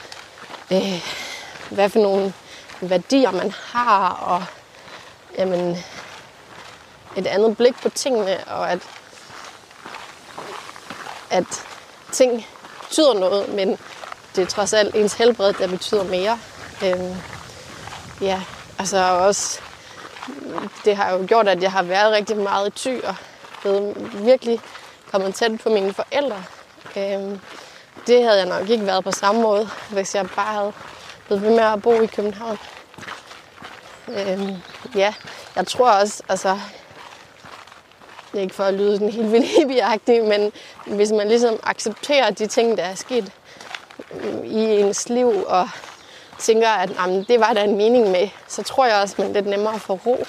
hvad for nogle værdier man har, og jamen, et andet blik på tingene, og at ting betyder noget, men det er trods alt ens helbred, der betyder mere. Ja, altså også, det har jo gjort, at jeg har været rigtig meget i Thy, og blevet virkelig kommet tæt på mine forældre. Det havde jeg nok ikke været på samme måde, hvis jeg bare havde blevet ved med at bo i København. Ja, jeg tror også, altså, det er ikke for at lyde sådan helt vildt hippieagtig, men hvis man ligesom accepterer de ting, der er sket i ens liv, og tænker, at det var der en mening med, så tror jeg også, at man er lidt nemmere for ro.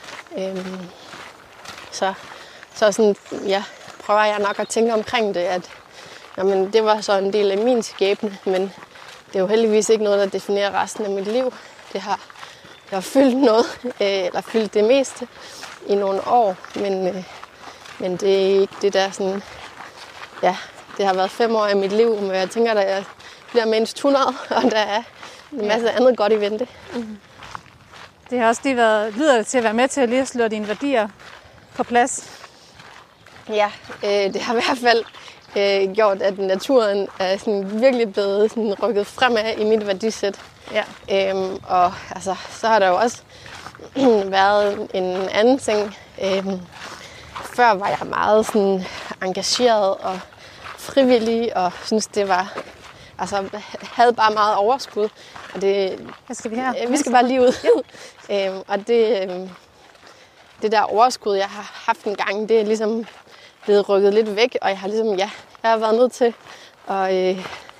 Så sådan, ja, prøver jeg nok at tænke omkring det, at jamen, det var så en del af min skæbne, men det er jo heldigvis ikke noget, der definerer resten af mit liv. Det har fyldt noget, eller fyldt det meste i nogle år, men det er ikke det der sådan, ja, det har været 5 år af mit liv, men jeg tænker, at jeg bliver mindst 100, og der er en masse andet godt i vente.
Mm-hmm. Det har også lige lyder det til at være med til at lige slå dine værdier på plads.
Ja, det har i hvert fald gjort, at naturen er sådan virkelig blevet sådan rykket fremad i mit værdisæt. Ja. Og altså, så har der jo også været en anden ting. Før var jeg meget sådan engageret og frivillig, og synes det var, altså havde bare meget overskud. Og det,
hvad skal vi her?
Vi skal bare lige ud. Og det der overskud, jeg har haft en gang, det er ligesom blevet rykket lidt væk, og jeg har ligesom, jeg har været nødt til at,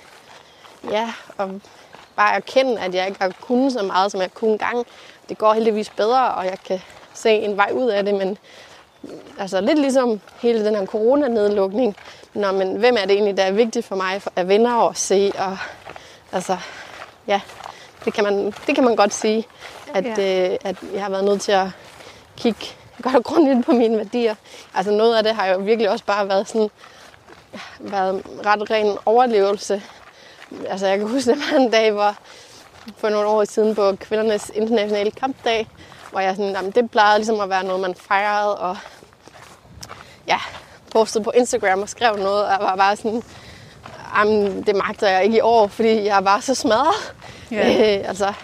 og bare erkende, at jeg ikke har kunnet så meget, som jeg kunne engang. Det går heldigvis bedre, og jeg kan se en vej ud af det, men altså lidt ligesom hele den her coronanedlukning. Nå, men hvem er det egentlig, der er vigtigt for mig at venner og se? Og, altså, ja, det kan man godt sige, at jeg har været nødt til at kigge godt og grundigt på mine værdier. Altså noget af det har jo virkelig også bare været ret ren overlevelse. Altså jeg kan huske, det var en dag, hvor for nogle år siden på kvindernes internationale kampdag, hvor jeg sådan, jamen, det plejede ligesom at være noget, man fejrede, og ja, postede på Instagram og skrev noget, og jeg var bare sådan, jamen, det magter jeg ikke i år, fordi jeg var så smadret. Yeah. Altså,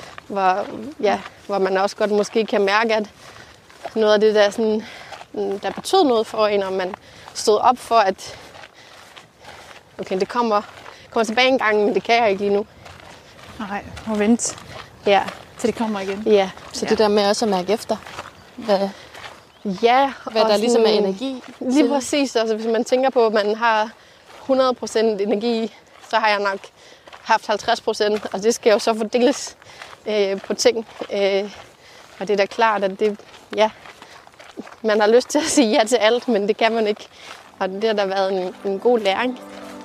hvor man også godt måske kan mærke, at noget af det, der betød noget for en, og man stod op for, at okay, det kommer tilbage en gang, men det kan jeg ikke lige nu.
Nej, og vente.
Ja.
Til det kommer igen.
Ja.
Så det der med også at mærke efter, hvad der ligesom er energi.
Lige præcis. Altså, hvis man tænker på, at man har 100% energi, så har jeg nok haft 50%, og det skal jo så fordeles på ting. Og det er da klart, at man har lyst til at sige ja til alt, men det kan man ikke. Og det har da været en god læring.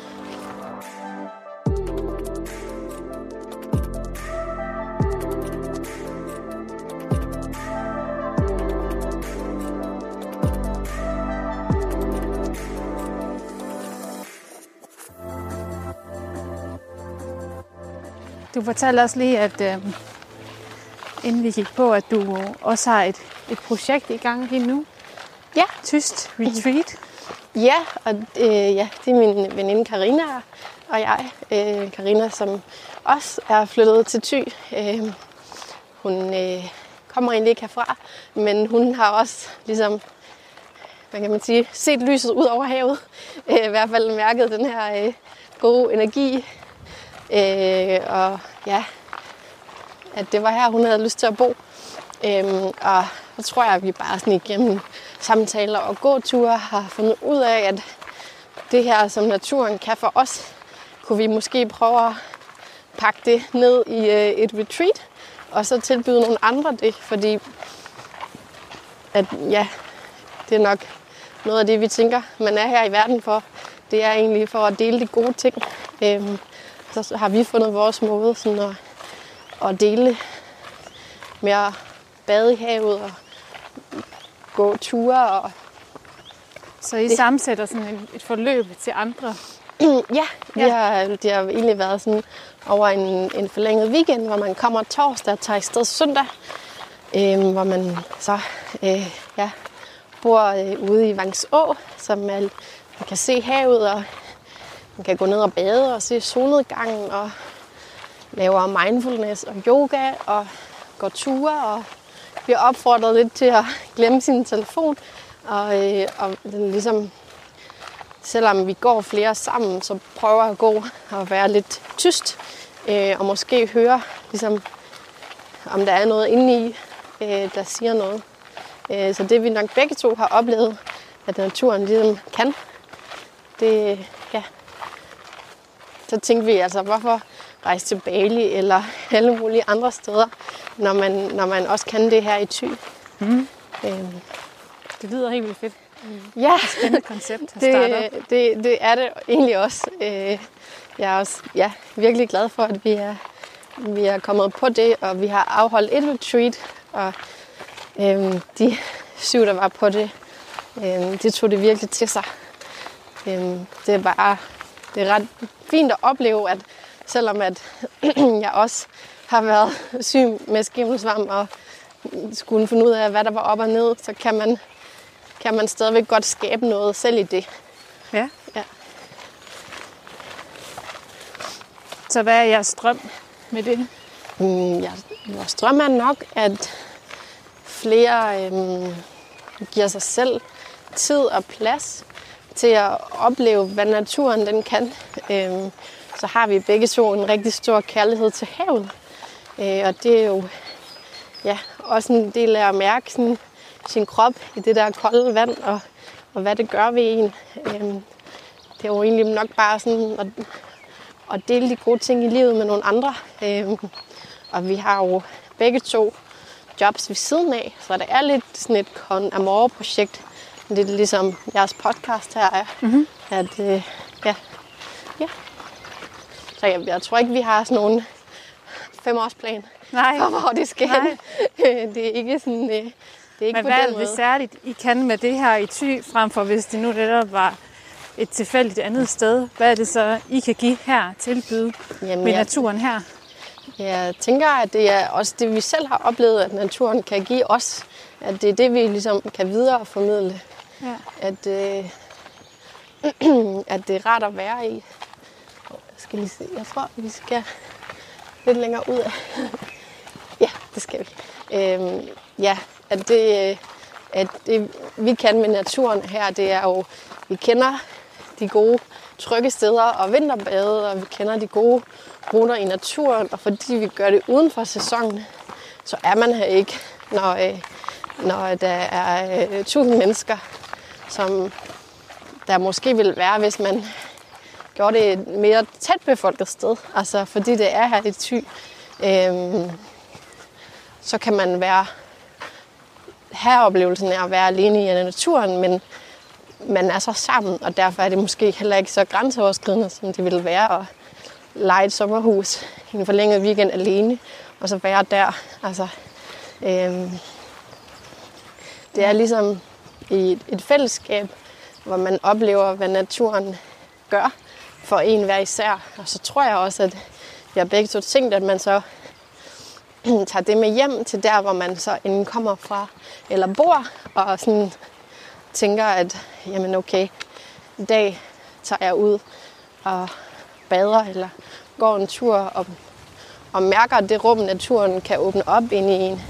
Du fortalte også lige, at inden vi gik på, at du også har et projekt i gang lige nu.
Ja.
Tyst Retreat.
Ja, og det er min veninde Karina og jeg. Karina, som også er flyttet til Thy. Hun kommer egentlig ikke herfra, men hun har også ligesom, hvad kan man sige, set lyset ud over havet. I hvert fald mærket den her gode energi. Og ja, at det var her, hun havde lyst til at bo. Og så tror jeg, at vi bare sådan igennem samtaler og gåture har fundet ud af, at det her, som naturen kan for os, kunne vi måske prøve at pakke det ned i et retreat, og så tilbyde nogle andre det, fordi at, ja, det er nok noget af det, vi tænker, man er her i verden for. Det er egentlig for at dele de gode ting. Så har vi fundet vores måde sådan at dele med at bade i havet og gå ture. Og
så I sammensætter sådan et forløb til andre?
Ja, det har egentlig været sådan over en forlænget weekend, hvor man kommer torsdag og tager afsted søndag. Hvor man så bor ude i Vangså, som man kan se havet, og man kan gå ned og bade og se solnedgangen og laver mindfulness og yoga og går ture og bliver opfordret lidt til at glemme sin telefon. Og ligesom, selvom vi går flere sammen, så prøver jeg at gå og være lidt tyst og måske høre, ligesom, om der er noget inde i, der siger noget. Så det vi nok begge to har oplevet, at naturen ligesom kan, det, ja. Så tænkte vi altså, hvorfor rejse til Bali eller alle mulige andre steder, når man også kan det her i Thy.
Mm. Det lyder helt vildt fedt.
Ja,
et spændende koncept at starte op.
Det er det egentlig også. Jeg er også virkelig glad for, at vi er kommet på det, og vi har afholdt et retreat, og de 7, der var på det, de tog det virkelig til sig. Det er ret fint at opleve, at selvom at jeg også har været syg med skimmelsvamp og skulle finde ud af, hvad der var op og ned, så kan man stadigvæk godt skabe noget selv i det.
Ja.
Ja.
Så hvad er jeres drøm med det?
Vores drøm er nok, at flere giver sig selv tid og plads til at opleve, hvad naturen den kan. Så har vi begge to en rigtig stor kærlighed til havet. Og det er jo også en del af at mærke sin krop i det der kolde vand, og hvad det gør ved en. Det er jo egentlig nok bare sådan at dele de gode ting i livet med nogle andre. Og vi har jo begge to jobs ved siden af. Så det er lidt sådan et con amore-projekt. Det er ligesom jeres podcast her er. Mm-hmm. At, ja. Så jeg tror ikke, vi har sådan nogen 5-årsplan for, hvor det skal hen. Det er ikke sådan... Det er ikke. Men
hvad er det særligt, I kan med det her i Thy, frem for hvis det nu netop var et tilfældigt andet sted? Hvad er det så, I kan give her, tilbyde med naturen her?
Jeg tænker, at det er også det, vi selv har oplevet, at naturen kan give os. At det er det, vi ligesom kan videreformidle. Ja. At det er rart at være i. Jeg tror, vi skal lidt længere ud af. Ja, det skal vi. At det, vi kan med naturen her, det er jo, vi kender de gode trygge steder og vinterbade, og vi kender de gode ruter i naturen, og fordi vi gør det uden for sæsonen, så er man her ikke, når der er 1000 mennesker, som der måske ville være, hvis man gjorde det et mere tæt befolket sted. Altså fordi det er her i Thy, så kan man være her oplevelsen af at være alene i naturen, men man er så sammen, og derfor er det måske heller ikke så grænseoverskridende, som det ville være at leje et sommerhus i en forlænget weekend alene, og så være der. Altså, det er ligesom i et fællesskab, hvor man oplever, hvad naturen gør for en hver især. Og så tror jeg også, at vi har begge to tænkt, at man så tager det med hjem til der, hvor man så enten kommer fra eller bor, og sådan tænker, at jamen okay, i dag tager jeg ud og bader eller går en tur og mærker det rum, naturen kan åbne op ind i en.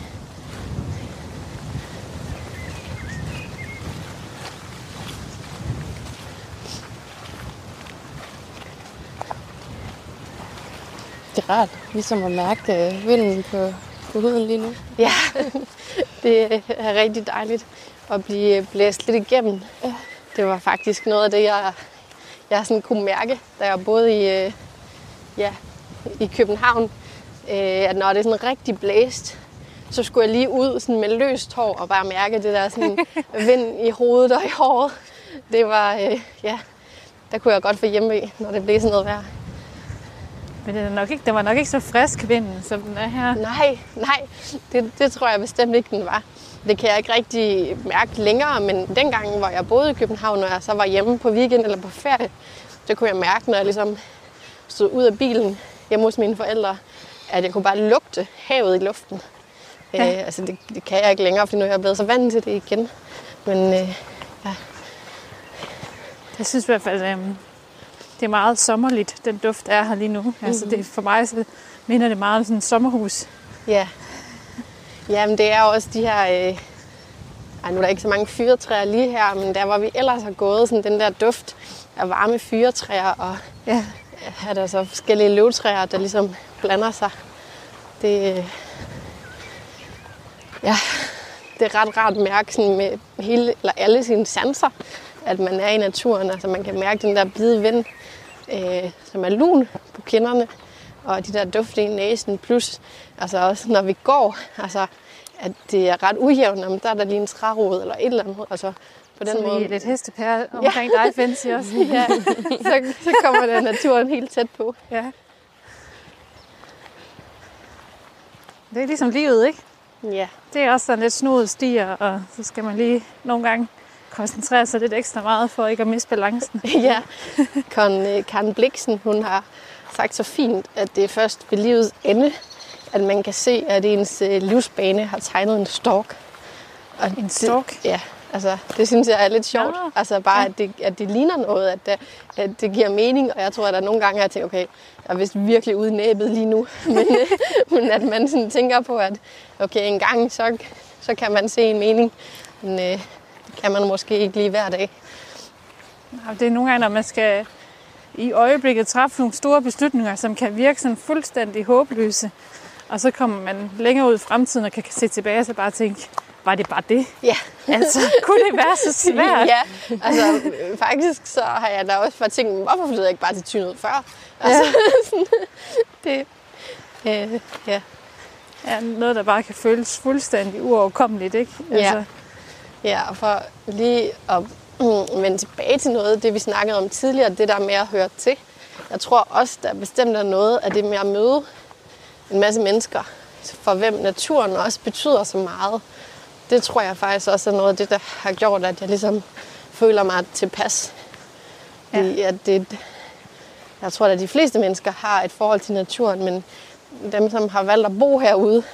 Det er rart, ligesom at mærke vinden på huden lige nu.
Ja, det er rigtig dejligt at blive blæst lidt igennem. Ja. Det var faktisk noget af det, jeg sådan kunne mærke, da jeg boede i København. At når det er sådan rigtig blæst, så skulle jeg lige ud sådan med løst hår og bare mærke det der sådan vind i hovedet og i håret. Det var, der kunne jeg godt få hjemme i, når det blev sådan noget vejr.
Men den var nok ikke så frisk vinden, som den er her.
Nej, det tror jeg bestemt ikke, den var. Det kan jeg ikke rigtig mærke længere, men dengang, hvor jeg boede i København, når jeg så var hjemme på weekend eller på ferie, så kunne jeg mærke, når jeg ligesom stod ud af bilen hjemme hos mine forældre, at jeg kunne bare lugte havet i luften. Ja. Altså det kan jeg ikke længere, fordi nu er jeg blevet så vant til det igen. Men ja.
Jeg synes i hvert fald, det er meget sommerligt, den duft er her lige nu. Mm-hmm. Altså det, for mig så minder det meget om sådan et sommerhus.
Ja. Jamen det er også de her... nu er der ikke så mange fyrretræer lige her, men der hvor vi ellers har gået, sådan den der duft af varme fyrretræer, og her er der så forskellige løvtræer, der ligesom blander sig. Det er ret rart at mærke sådan med alle sine sanser, at man er i naturen. Altså man kan mærke den der blide vind, som er lun på kinderne, og de der dufte i næsen, plus altså også når vi går, altså at det er ret ujævnt, om der er lige en trærod eller et eller andet. Altså på den
så
måde.
Lidt hestepære omkring dig, Fancy også.
Ja, så kommer der naturen helt tæt på.
Ja. Det er ligesom livet, ikke?
Ja.
Det er også sådan lidt snoede stier, og så skal man lige nogle gange koncentrere sig lidt ekstra meget for ikke at miste balancen.
Ja, Karen Bliksen, hun har sagt så fint, at det er først ved livets ende, at man kan se, at ens livsbane har tegnet en stork.
Og en stork?
Ja, altså det synes jeg er lidt sjovt. Ja. Altså bare, at det ligner noget, at det giver mening. Og jeg tror, at der nogle gange har tænkt, okay, jeg er vist virkelig ude i næbet lige nu. Men at man sådan tænker på, at okay, en gang så kan man se en mening. Men det kan man måske ikke lige hver dag.
Det er nogle gange, når man skal i øjeblikket træffe nogle store beslutninger, som kan virke sådan fuldstændig håbløse. Og så kommer man længere ud i fremtiden og kan se tilbage og så bare tænke, var det bare det?
Ja.
Altså, kunne det være så svært?
Ja, altså faktisk så har jeg da også tænkt, hvorfor flyttede jeg ikke bare til Thy noget før? Altså, det, ja.
Ja, noget, der bare kan føles fuldstændig uoverkommeligt, ikke? Altså.
Ja, og for lige at vende tilbage til noget af det, vi snakkede om tidligere, det der med at høre til. Jeg tror også, der bestemt er noget af det med at møde en masse mennesker, for hvem naturen også betyder så meget. Det tror jeg faktisk også er noget af det, der har gjort, at jeg ligesom føler mig tilpas. Ja. Jeg tror, at de fleste mennesker har et forhold til naturen, men dem, som har valgt at bo herude,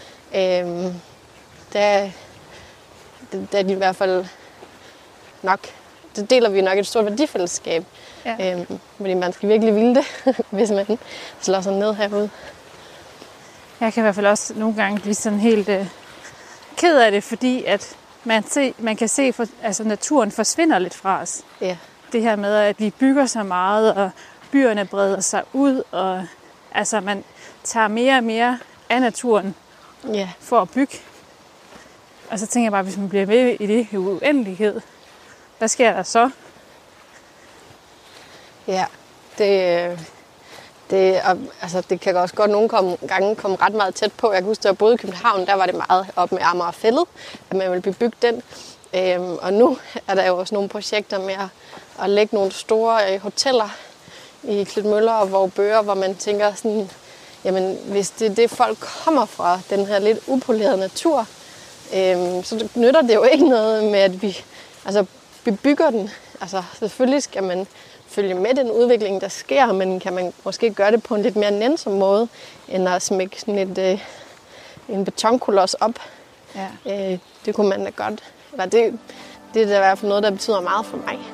der er de i hvert fald nok, det deler vi nok et stort værdifællesskab. Ja. Fordi man skal virkelig ville det, hvis man slår sig ned herude.
Jeg kan i hvert fald også nogle gange blive sådan helt ked af det, fordi at man kan se, at naturen forsvinder lidt fra os.
Ja.
Det her med, at vi bygger så meget, og byerne breder sig ud, og altså man tager mere og mere af naturen for at bygge. Og så tænker jeg bare, hvis man bliver ved i det uendelighed, hvad sker der så?
Ja, det kan også godt nogle gange komme ret meget tæt på. Jeg kan huske, da jeg boede i København, der var det meget op med Amager Fælled, at man ville bebygge den. Og nu er der jo også nogle projekter med at lægge nogle store hoteller i Klitmøller og Vorupør, hvor man tænker sådan, jamen hvis det er det, folk kommer fra, den her lidt upolerede natur, så nytter det jo ikke noget med, at vi bebygger den. Altså selvfølgelig skal man følge med den udvikling, der sker, men kan man måske gøre det på en lidt mere nænsom måde, end at smække sådan en betonkoloss op. Ja. Det kunne man da godt. Eller det er da i hvert fald noget, der betyder meget for mig.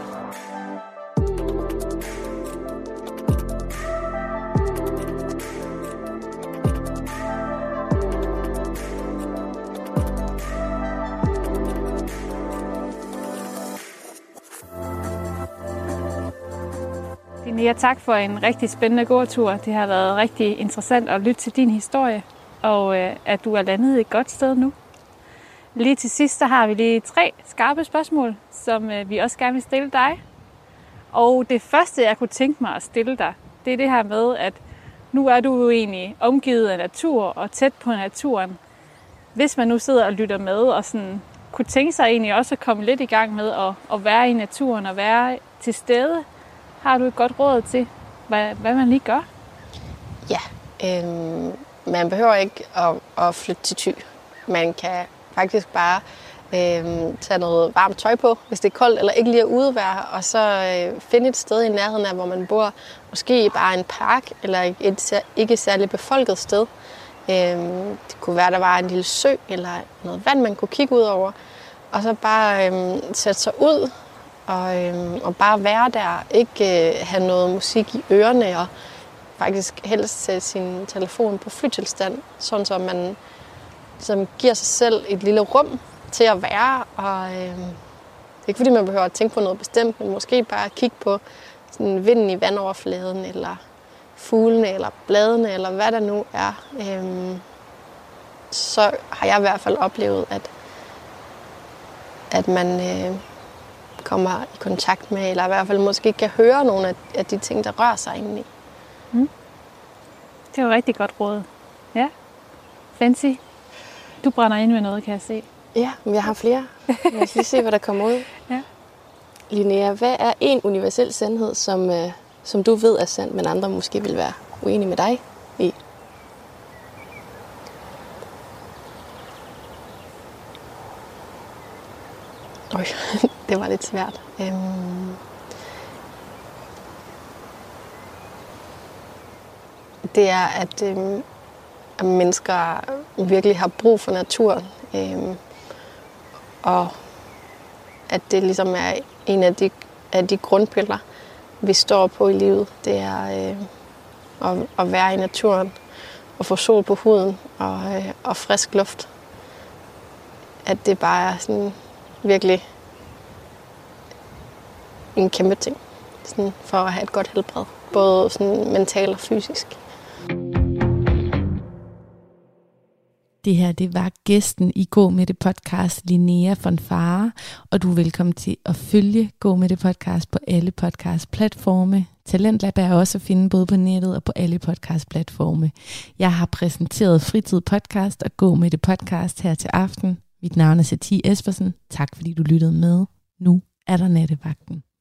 Linnea, tak for en rigtig spændende gåtur. Det har været rigtig interessant at lytte til din historie, og at du er landet et godt sted nu. Lige til sidst, så har vi lige 3 skarpe spørgsmål, som vi også gerne vil stille dig. Og det første, jeg kunne tænke mig at stille dig, det er det her med, at nu er du jo egentlig omgivet af natur og tæt på naturen. Hvis man nu sidder og lytter med og sådan, kunne tænke sig egentlig også at komme lidt i gang med at være i naturen og være til stede, har du et godt råd til, hvad man lige gør?
Ja, man behøver ikke at flytte til Thy. Man kan faktisk bare tage noget varmt tøj på, hvis det er koldt eller ikke lige er udevejr, og så finde et sted i nærheden af, hvor man bor. Måske bare en park eller et ikke særligt befolket sted. Det kunne være, der var en lille sø eller noget vand, man kunne kigge ud over. Og så bare sætte sig ud og bare være der. Ikke have noget musik i ørerne og faktisk helst sætte sin telefon på flytilstand, sådan så man som giver sig selv et lille rum til at være. Og ikke fordi man behøver at tænke på noget bestemt, men måske bare kigge på sådan vinden i vandoverfladen, eller fuglene, eller bladene, eller hvad der nu er. Så har jeg i hvert fald oplevet, at man kommer i kontakt med, eller i hvert fald måske kan høre nogle af de ting, der rører sig indeni.
Mm. Det var rigtig godt råd. Ja. Fancy. Du brænder ind med noget, kan jeg se.
Ja, men jeg har flere. Lad os lige se, hvad der kommer ud.
Ja.
Linnea, hvad er en universel sandhed, som du ved er sand, men andre måske vil være uenige med dig i?
Det var lidt svært. Det er, at mennesker virkelig har brug for naturen. Og at det ligesom er en af de grundpiller, vi står på i livet. Det er at være i naturen og få sol på huden og frisk luft. At det bare er sådan virkelig en kæmpe ting sådan for at have et godt helbred. Både sådan mentalt og fysisk.
Det her, det var gæsten i Gå med det podcast, Linnea von Fahre, og du er velkommen til at følge Gå med det podcast på alle podcast-platforme. Talentlab er også at finde både på nettet og på alle podcastplatforme. Jeg har præsenteret Fritid Podcast og Gå med det podcast her til aften. Mit navn er Satie Espersen. Tak fordi du lyttede med. Nu er der nattevagten.